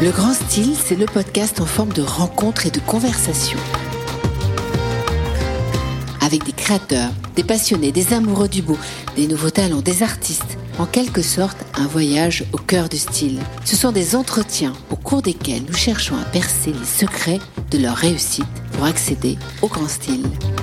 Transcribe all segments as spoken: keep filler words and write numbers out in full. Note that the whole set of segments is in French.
Le Grand Style, c'est le podcast en forme de rencontre et de conversation. Avec des créateurs, des passionnés, des amoureux du beau, des nouveaux talents, des artistes. En quelque sorte, un voyage au cœur du style. Ce sont des entretiens au cours desquels nous cherchons à percer les secrets de leur réussite pour accéder au grand style.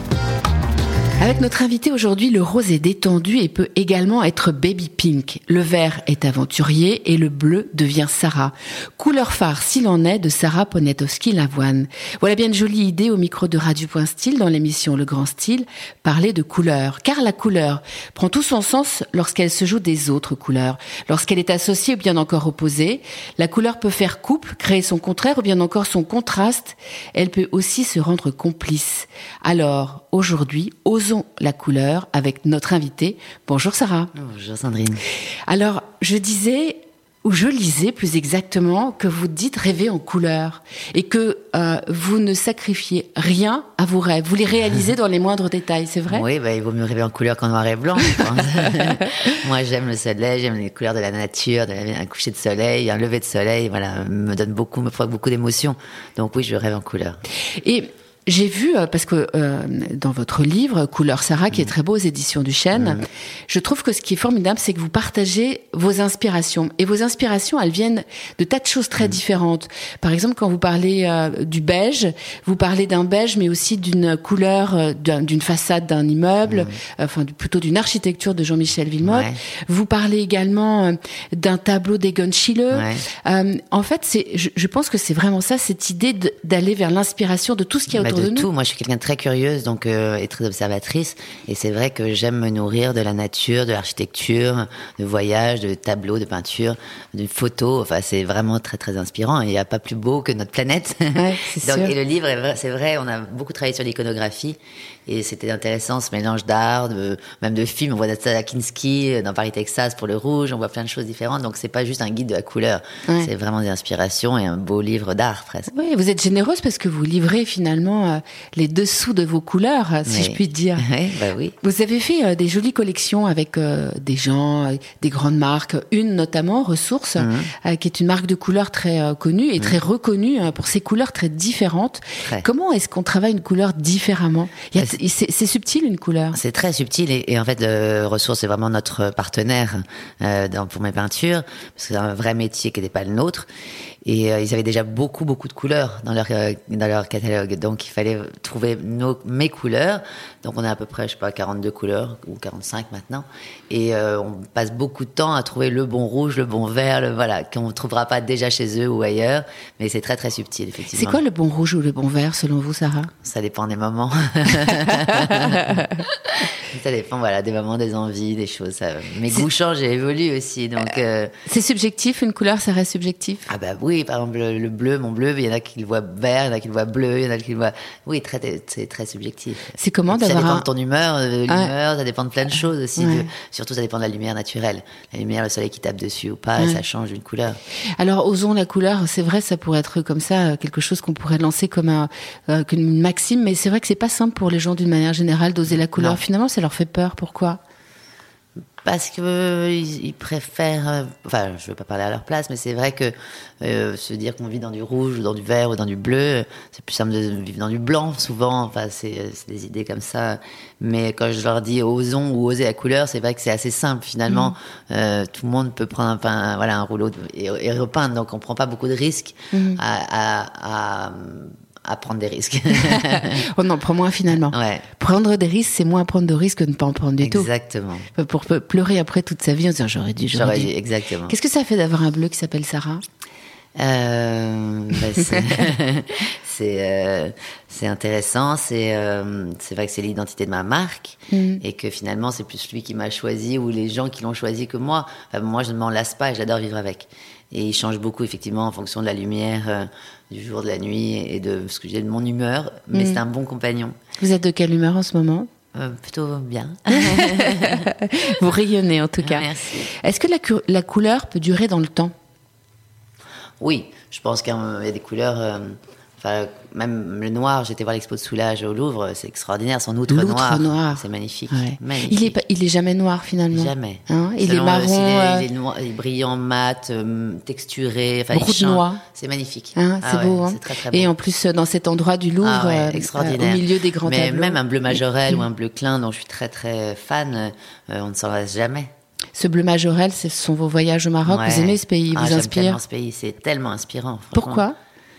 Avec notre invité aujourd'hui, le rose est détendu et peut également être baby pink. Le vert est aventurier et le bleu devient Sarah. Couleur phare, s'il en est, de Sarah Poniatowski-Lavoine. Voilà bien une jolie idée au micro de Radio.Style dans l'émission Le Grand Style, parler de couleur. Car la couleur prend tout son sens lorsqu'elle se joue des autres couleurs. Lorsqu'elle est associée ou bien encore opposée, la couleur peut faire couple, créer son contraire ou bien encore son contraste. Elle peut aussi se rendre complice. Alors, aujourd'hui, osons la couleur avec notre invitée. Bonjour Sarah. Bonjour Sandrine. Alors, je disais, ou je lisais plus exactement, que vous dites rêver en couleur et que euh, vous ne sacrifiez rien à vos rêves. Vous les réalisez dans les moindres détails, c'est vrai ? Oui, bah, il vaut mieux rêver en couleur qu'en noir et blanc, je pense. Moi, j'aime le soleil, j'aime les couleurs de la nature, de la, un coucher de soleil, un lever de soleil, voilà, me donne beaucoup, me provoque beaucoup d'émotions. Donc oui, je rêve en couleur. Et j'ai vu, parce que euh, dans votre livre, Couleur Sarah, qui est très beau aux éditions du Chêne, mmh. je trouve que ce qui est formidable, c'est que vous partagez vos inspirations. Et vos inspirations, elles viennent de tas de choses très mmh. différentes. Par exemple, quand vous parlez euh, du beige, vous parlez d'un beige, mais aussi d'une couleur, euh, d'un, d'une façade d'un immeuble, mmh. euh, enfin plutôt d'une architecture de Jean-Michel Wilmotte. Ouais. Vous parlez également euh, d'un tableau d'Egon Schiele. Ouais. Euh, en fait, c'est, je, je pense que c'est vraiment ça, cette idée de, d'aller vers l'inspiration de tout ce qu'il y a autour de de tout. Moi, je suis quelqu'un de très curieuse, donc euh, et très observatrice. Et c'est vrai que j'aime me nourrir de la nature, de l'architecture, de voyages, de tableaux, de peintures, de photos. Enfin, c'est vraiment très très inspirant. Et il n'y a pas plus beau que notre planète. Ouais, c'est donc, sûr. Et le livre, est vrai, c'est vrai, on a beaucoup travaillé sur l'iconographie. Et c'était intéressant, ce mélange d'art, de, même de films. On voit Natalia Kinski dans Paris, Texas pour le rouge. On voit plein de choses différentes. Donc, c'est pas juste un guide de la couleur. Ouais. C'est vraiment des inspirations et un beau livre d'art, presque. Oui, vous êtes généreuse parce que vous livrez finalement euh, les dessous de vos couleurs, si oui. je puis dire. Oui, bah oui. Vous avez fait euh, des jolies collections avec euh, des gens, euh, des grandes marques. Une notamment, Ressources, mmh. euh, qui est une marque de couleurs très euh, connue et mmh. très reconnue euh, pour ses couleurs très différentes. Très. Comment est-ce qu'on travaille une couleur différemment ? Il y a C'est, c'est subtil une couleur. C'est très subtil et, et en fait, euh, Ressources c'est vraiment notre partenaire euh, dans, pour mes peintures parce que c'est un vrai métier qui n'était pas le nôtre. Et euh, ils avaient déjà beaucoup beaucoup de couleurs dans leur euh, dans leur catalogue, donc il fallait trouver nos mes couleurs. Donc on a à peu près je sais pas quarante-deux couleurs ou quarante-cinq maintenant, et euh, on passe beaucoup de temps à trouver le bon rouge, le bon vert, le voilà qu'on ne trouvera pas déjà chez eux ou ailleurs, mais c'est très très subtil effectivement. C'est quoi le bon rouge ou le bon vert selon vous, Sarah ? Ça dépend des moments. Ça dépend voilà des moments, des envies, des choses. Ça, mes c'est... goûts changent et évoluent aussi, donc. Euh... C'est subjectif une couleur, ça reste subjectif. Ah bah oui. Oui, par exemple, le bleu, mon bleu, il y en a qui le voient vert, il y en a qui le voient bleu, il y en a qui le voient... Oui, très, c'est très subjectif. C'est comment d'avoir... Ça dépend un... de ton humeur, de l'humeur, ouais. Ça dépend de plein de choses aussi. Ouais. De... Surtout, ça dépend de la lumière naturelle. La lumière, le soleil qui tape dessus ou pas, ouais. Ça change une couleur. Alors, osons la couleur, c'est vrai, ça pourrait être comme ça, quelque chose qu'on pourrait lancer comme un, euh, une maxime, mais c'est vrai que c'est pas simple pour les gens d'une manière générale d'oser la couleur. Non. Finalement, ça leur fait peur. Pourquoi ? Parce que euh, ils, ils préfèrent, euh, enfin, je veux pas parler à leur place, mais c'est vrai que euh, se dire qu'on vit dans du rouge ou dans du vert ou dans du bleu, c'est plus simple de vivre dans du blanc souvent. Enfin, c'est, c'est des idées comme ça. Mais quand je leur dis osons ou oser la couleur, c'est vrai que c'est assez simple finalement. Mmh. Euh, tout le monde peut prendre un, un voilà un rouleau de, et, et repeindre, donc on prend pas beaucoup de risques mmh. à, à, à à prendre des risques. On en prend moins finalement. Ouais. Prendre des risques, c'est moins prendre de risques que de ne pas en prendre du exactement. tout. Exactement. Pour pleurer après toute sa vie en disant j'aurais dû, j'aurais, j'aurais dû. Exactement. Qu'est-ce que ça fait d'avoir un bleu qui s'appelle Sarah ? Euh, bah c'est c'est, euh, c'est intéressant. C'est euh, c'est vrai que c'est l'identité de ma marque mmh. et que finalement c'est plus lui qui m'a choisi ou les gens qui l'ont choisi que moi. Enfin, moi je ne m'en lasse pas et j'adore vivre avec. Et il change beaucoup effectivement en fonction de la lumière, euh, du jour, de la nuit et de ce que j'ai de mon humeur. Mais mmh. c'est un bon compagnon. Vous êtes de quelle humeur en ce moment ? Euh, plutôt bien. Vous rayonnez en tout cas. Merci. Est-ce que la, la couleur peut durer dans le temps ? Oui, je pense qu'il y a des couleurs. Euh, Enfin, même le noir, j'étais voir l'expo de Soulage au Louvre, c'est extraordinaire, son outre L'outre noir, noir. c'est magnifique. Ouais. magnifique. Il est pas, il est jamais noir finalement. Jamais. Hein, il est Selon, marron, euh, il, est, euh, il, est noir, il est brillant, mat, euh, texturé, enfin, beaucoup il de change. noix. C'est magnifique. Hein, c'est ah beau. ouais, Hein. c'est très, très beau. Et en plus, dans cet endroit du Louvre, ah ouais, euh, extraordinaire. au milieu des grands Mais tableaux. même un bleu Majorelle mmh. ou un bleu Klein, dont je suis très très fan, euh, on ne s'en lasse jamais. Ce bleu Majorelle, ce sont vos voyages au Maroc. Ouais. Vous aimez ce pays, il ah, vous j'aime inspire? tellement ce pays, c'est tellement inspirant. Pourquoi?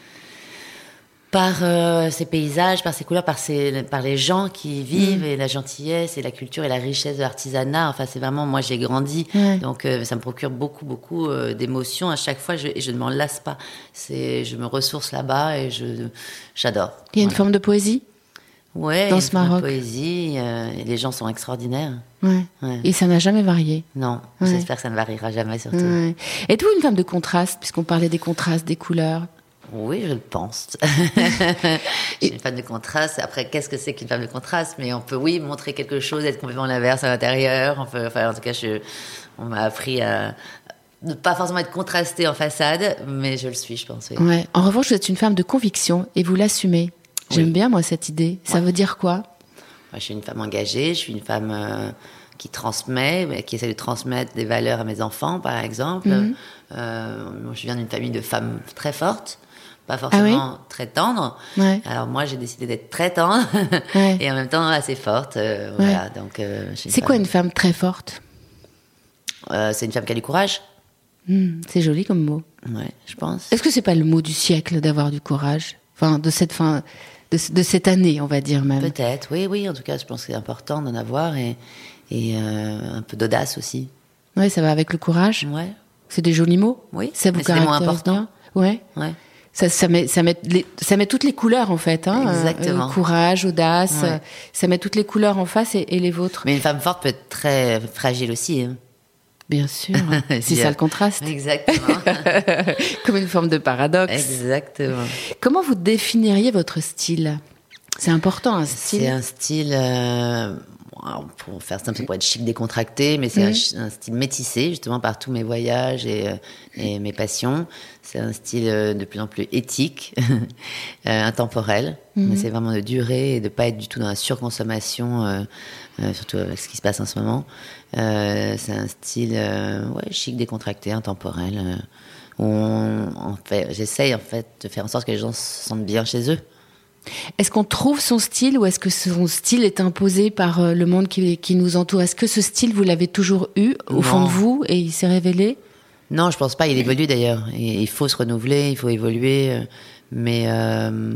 Par euh, ses paysages, par ses couleurs, par, ses, par les gens qui y vivent, mmh. et la gentillesse, et la culture, et la richesse de l'artisanat. Enfin, c'est vraiment, moi, j'ai grandi, ouais. donc euh, ça me procure beaucoup, beaucoup euh, d'émotions à chaque fois, je, et je ne m'en lasse pas. C'est, je me ressource là-bas, et je, j'adore. Il y a voilà. une forme de poésie? Ouais, dans il y a ce une forme Maroc. de poésie, euh, et les gens sont extraordinaires. Ouais. Ouais. Et ça n'a jamais varié? Non, ouais. j'espère que ça ne variera jamais, surtout. Ouais. Êtes-vous une femme de contraste, puisqu'on parlait des contrastes, des couleurs? Oui, je le pense. Je suis une femme de contraste. Après, qu'est-ce que c'est qu'une femme de contraste? Mais on peut, oui, montrer quelque chose, être complètement l'inverse à l'intérieur. On peut, enfin, en tout cas, je, on m'a appris à ne pas forcément être contrastée en façade, mais je le suis, je pense. Oui. Ouais. En revanche, vous êtes une femme de conviction et vous l'assumez. Oui. J'aime bien, moi, cette idée. Ça ouais. veut dire quoi? Moi, je suis une femme engagée, je suis une femme euh, qui transmet, qui essaie de transmettre des valeurs à mes enfants, par exemple. Mm-hmm. Euh, moi, je viens d'une famille de femmes très fortes. Pas forcément ah oui très tendre. Ouais. Alors moi, j'ai décidé d'être très tendre ouais. et en même temps assez forte. Euh, ouais. Voilà. Donc, euh, c'est femme... quoi une femme très forte? euh, C'est une femme qui a du courage. Mmh, c'est joli comme mot. Ouais, je pense. Est-ce que c'est pas le mot du siècle d'avoir du courage? Enfin, de cette fin, de, de cette année, on va dire même. Peut-être. Oui, oui. En tout cas, je pense que c'est important d'en avoir et, et euh, un peu d'audace aussi. Ouais, ça va avec le courage. Ouais. C'est des jolis mots. Oui. Ça vous mais c'est des mots caractérise importants. Bien. Ouais. Ouais. Ça, ça, met, ça, met les, ça met toutes les couleurs, en fait. Hein, exactement. Euh, courage, audace. Ouais. Euh, ça met toutes les couleurs en face et, et les vôtres. Mais une femme forte peut être très fragile aussi. Hein. Bien sûr. C'est ça le contraste. Exactement. Comme une forme de paradoxe. Exactement. Comment vous définiriez votre style? C'est important, un style. C'est un style... Euh... pour faire simple, c'est pour être chic, décontracté, mais c'est mmh. un, un style métissé, justement, par tous mes voyages et, euh, et mes passions. C'est un style euh, de plus en plus éthique, euh, intemporel, mmh. mais c'est vraiment de durer et de pas être du tout dans la surconsommation, euh, euh, surtout avec ce qui se passe en ce moment. Euh, c'est un style euh, ouais, chic, décontracté, intemporel, euh, où on, en fait, j'essaye en fait de faire en sorte que les gens se sentent bien chez eux. Est-ce qu'on trouve son style ou est-ce que son style est imposé par le monde qui, qui nous entoure? Est-ce que ce style, vous l'avez toujours eu au non. fond de vous et il s'est révélé? Non, je pense pas. Il évolue d'ailleurs. Et il faut se renouveler, il faut évoluer. Mais euh,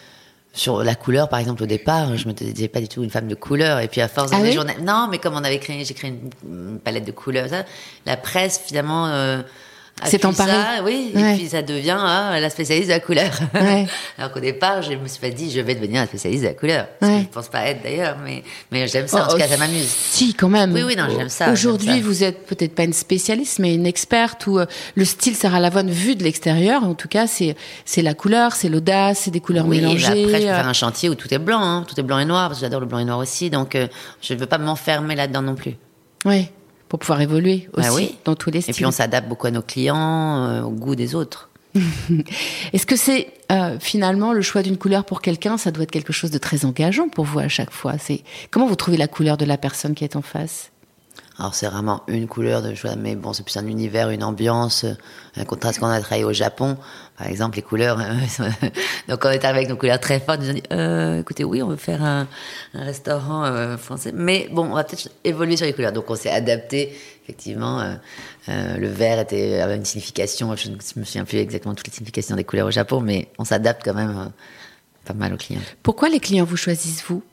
sur la couleur, par exemple, au départ, je me disais pas du tout une femme de couleur. Et puis à force de ah oui journaux... Non, mais comme on avait créé, j'ai créé une, une palette de couleurs, ça, la presse, finalement... Euh, c'est emparé. Ça, oui, ouais. Et puis ça devient hein, la spécialiste de la couleur. Ouais. Alors qu'au départ, je me suis pas dit, je vais devenir la spécialiste de la couleur. Ouais. Je ne pense pas être d'ailleurs, mais, mais j'aime ça, oh, en tout cas, ça m'amuse. Si, quand même. Oui, oui, non, j'aime ça. Aujourd'hui, j'aime ça. Vous êtes peut-être pas une spécialiste, mais une experte où euh, le style Sarah Lavoine vu de l'extérieur, en tout cas, c'est, c'est la couleur, c'est l'audace, c'est des couleurs oui, mélangées. Oui, après, je peux faire un chantier où tout est blanc, hein, tout est blanc et noir, parce que j'adore le blanc et noir aussi, donc euh, je ne veux pas m'enfermer là-dedans non plus. Oui. Pour pouvoir évoluer aussi ah oui. dans tous les styles. Et puis on s'adapte beaucoup à nos clients, euh, au goût des autres. Est-ce que c'est euh, finalement le choix d'une couleur pour quelqu'un, ça doit être quelque chose de très engageant pour vous à chaque fois? C'est comment vous trouvez la couleur de la personne qui est en face? Alors c'est vraiment une couleur de choix, mais bon, c'est plus un univers, une ambiance, un contraste qu'on a travaillé au Japon. Par exemple, les couleurs. Donc on est avec nos couleurs très fortes. Ils ont dit, euh, écoutez, oui, on veut faire un, un restaurant euh, français, mais bon, on va peut-être évoluer sur les couleurs. Donc on s'est adapté. Effectivement, euh, euh, le vert était avait une signification. Je ne me souviens plus exactement toutes les significations des couleurs au Japon, mais on s'adapte quand même euh, pas mal aux clients. Pourquoi les clients vous choisissent vous?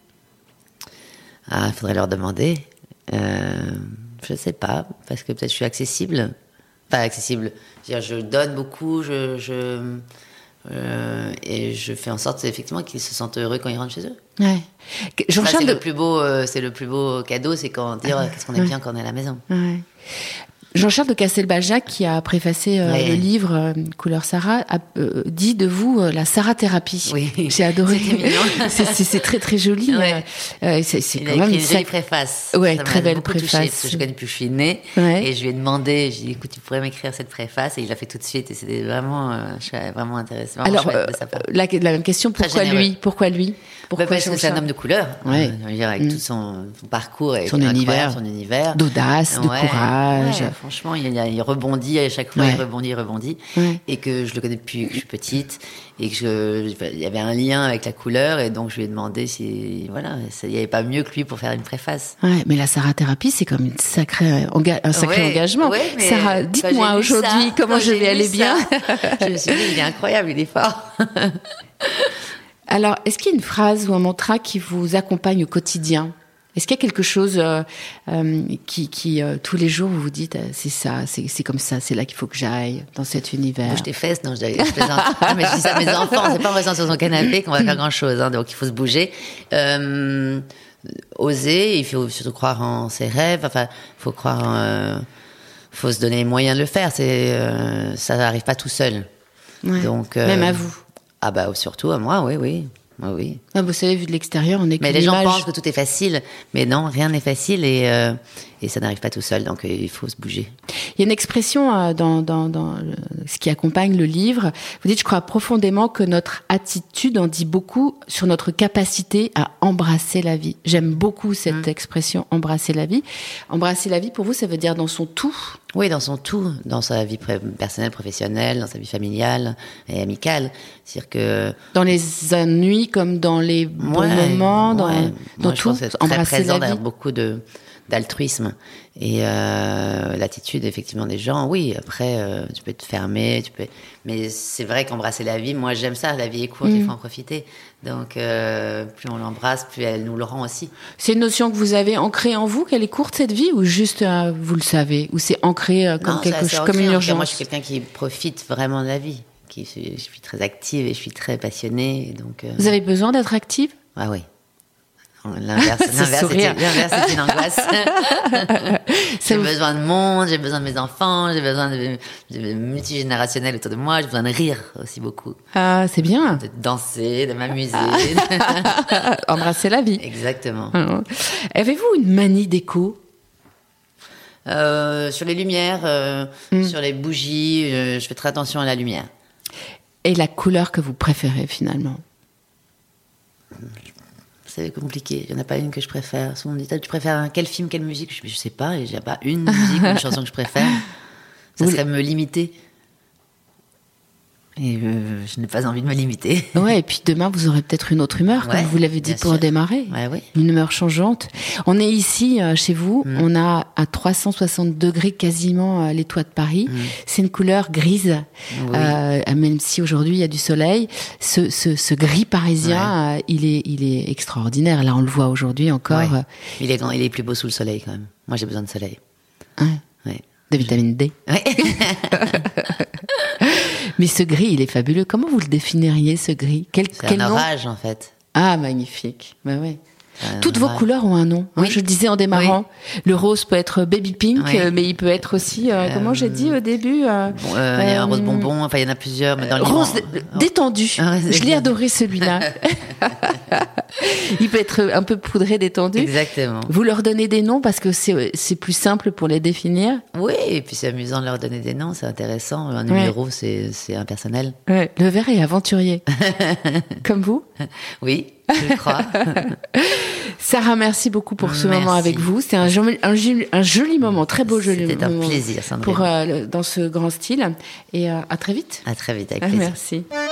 Ah, il faudrait leur demander. Euh, je sais pas, parce que peut-être je suis accessible. Pas accessible. C'est-à-dire, je donne beaucoup, je, je, euh, et je fais en sorte effectivement qu'ils se sentent heureux quand ils rentrent chez eux. Ouais. Ça, c'est de... le plus beau, euh, c'est le plus beau cadeau, c'est quand dire ah, qu'est-ce qu'on est ouais. bien quand on est à la maison. Ouais. Jean-Charles de Castelbajac, qui a préfacé euh, oui. le livre euh, Couleur Sarah, a euh, dit de vous euh, la Sarah-thérapie. Oui. J'ai adoré. C'était mignon. c'est, c'est, c'est très très joli. Ouais. Euh, c'est c'est Il quand a même écrit une une jolie sac... préface. Ouais, ça très m'a belle beaucoup préface. touchée, parce que je connais depuis que je suis née. Ouais. Et je lui ai demandé, j'ai dit, écoute, tu pourrais m'écrire cette préface, et il l'a fait tout de suite. Et c'était vraiment, euh, vraiment intéressant. Alors, chouette euh, de sa part. la, la même question, Très pourquoi généreux. lui Pourquoi lui Pourquoi Bah, parce que c'est un homme de couleur. Ouais. Euh, je veux dire, avec Mm. tout son, son parcours, et Son incroyable, univers. son univers. D'audace, de Ouais. courage. Ouais, franchement, il, il, il rebondit à chaque fois, Ouais. il rebondit, il rebondit. Ouais. Et que je le connais depuis que je suis petite, et que je, il y avait un lien avec la couleur, et donc je lui ai demandé si, voilà, il n'y avait pas mieux que lui pour faire une préface. Ouais, mais la Sarah-thérapie, c'est comme une sacrée, enga- un sacré Ouais, engagement. ouais, mais Sarah, quand dites-moi j'ai lu aujourd'hui ça, comment quand je j'ai vais lu aller ça, bien. Je me suis dit, il est incroyable, il est fort. Alors, est-ce qu'il y a une phrase ou un mantra qui vous accompagne au quotidien ? Est-ce qu'il y a quelque chose euh, euh, qui, qui euh, tous les jours, vous vous dites, euh, c'est ça, c'est, c'est comme ça, c'est là qu'il faut que j'aille, dans cet univers ? Bouge tes fesses, non, je, je plaisante. Non, mais je dis ça à mes enfants, c'est pas en restant sur son canapé qu'on va faire grand-chose, hein, donc il faut se bouger. Euh, oser, il faut surtout croire en ses rêves, enfin, il faut croire en... Euh, faut se donner les moyens de le faire, c'est, euh, ça n'arrive pas tout seul. Ouais. Donc, euh, Même à vous. Ah bah surtout à moi, oui, oui. Ah, oui. Ah, vous savez, vu de l'extérieur, on est Mais qu'une les gens image. pensent que tout est facile, mais non, rien n'est facile et, euh, et ça n'arrive pas tout seul, donc euh, il faut se bouger. Il y a une expression euh, dans, dans, dans le- ce qui accompagne le livre. Vous dites, je crois profondément que notre attitude en dit beaucoup sur notre capacité à embrasser la vie. J'aime beaucoup cette Mmh. expression, embrasser la vie. Embrasser la vie, pour vous, ça veut dire dans son tout. Oui, dans son tout, dans sa vie pré- personnelle, professionnelle, dans sa vie familiale et amicale. C'est-à-dire que... Dans les ennuis comme dans les bons Ouais, moments, dans, ouais. dans Moi, je tout, pense être très embrasser présent la derrière vie. beaucoup de d'altruisme et euh, l'attitude effectivement des gens. Oui, après euh, tu peux te fermer, tu peux. Mais c'est vrai qu'embrasser la vie, moi j'aime ça. La vie est courte, Mm. il faut en profiter. Donc euh, plus on l'embrasse, plus elle nous le rend aussi. C'est une notion que vous avez ancrée en vous, qu'elle est courte cette vie, ou juste euh, vous le savez, ou c'est ancré euh, comme Non, quelque c'est assez chose, comme ancré. une En tout cas, moi je urgence. suis quelqu'un qui profite vraiment de la vie. Qui, je suis très active et je suis très passionnée. Et donc, euh, Vous avez besoin d'être active ? ah oui. L'inverse, Ce l'inverse, sourire. c'est, l'inverse, c'est une angoisse. Ça J'ai vous- besoin de monde, j'ai besoin de mes enfants, j'ai besoin de, de multigénérationnel autour de moi, j'ai besoin de rire aussi beaucoup, Ah, c'est bien. de danser, de m'amuser. Embrasser la vie. Exactement. Alors, avez-vous une manie déco ? Euh, sur les lumières, euh, Mm. sur les bougies, euh, je fais très attention à la lumière. Et la couleur que vous préférez finalement ? C'est compliqué, il n'y en a pas une que je préfère. Souvent on me dit, tu préfères un- quel film, quelle musique? Je, je sais pas, il n'y a pas une musique ou une chanson que je préfère. Ça Vous- serait me limiter. Et euh, je n'ai pas envie de me limiter. Ouais, et puis demain vous aurez peut-être une autre humeur, Ouais, comme vous l'avez dit bien pour sûr. démarrer. Ouais, oui. Une humeur changeante. On est ici, euh, chez vous, Mm. on a à trois cent soixante degrés quasiment euh, les toits de Paris. Mm. C'est une couleur grise, Oui. euh, même si aujourd'hui il y a du soleil. Ce, ce, ce gris parisien, euh, il, est, il est extraordinaire. Là, on le voit aujourd'hui encore. Ouais. euh, Il est, grand- il est plus beau sous le soleil quand même. Moi j'ai besoin de soleil. ouais, Ouais. de vitamine D. Ouais. Mais ce gris, il est fabuleux. Comment vous le définiriez, ce gris? Quel, C'est quel un nom? orage en fait. Ah, magnifique. Bah ouais. C'est un Toutes vos orage. couleurs ont un nom. hein, Oui. je le disais en démarrant. Le rose peut être baby pink, Oui. euh, mais il peut être aussi, euh, comment j'ai dit au début euh, Bon, euh, il y a un rose euh, bonbon, enfin il y en a plusieurs. Mais dans le Rose livre, dé- on- détendu. Ah ouais, c'est Je l'ai bien. adoré celui-là. Il peut être un peu poudré, détendu. Exactement. Vous leur donnez des noms parce que c'est c'est plus simple pour les définir. Oui, et puis c'est amusant de leur donner des noms, c'est intéressant. Un Ouais. numéro, c'est, c'est impersonnel. Ouais. Le vert est aventurier. Comme vous. Oui, je crois. Sarah, merci beaucoup pour ce Merci. moment avec vous. C'était un joli, un, joli, un joli moment, très beau joli C'était un moment plaisir, Sandrine. pour, euh, le- dans ce grand style. Et euh, à très vite. À très vite, avec Ah, plaisir. merci.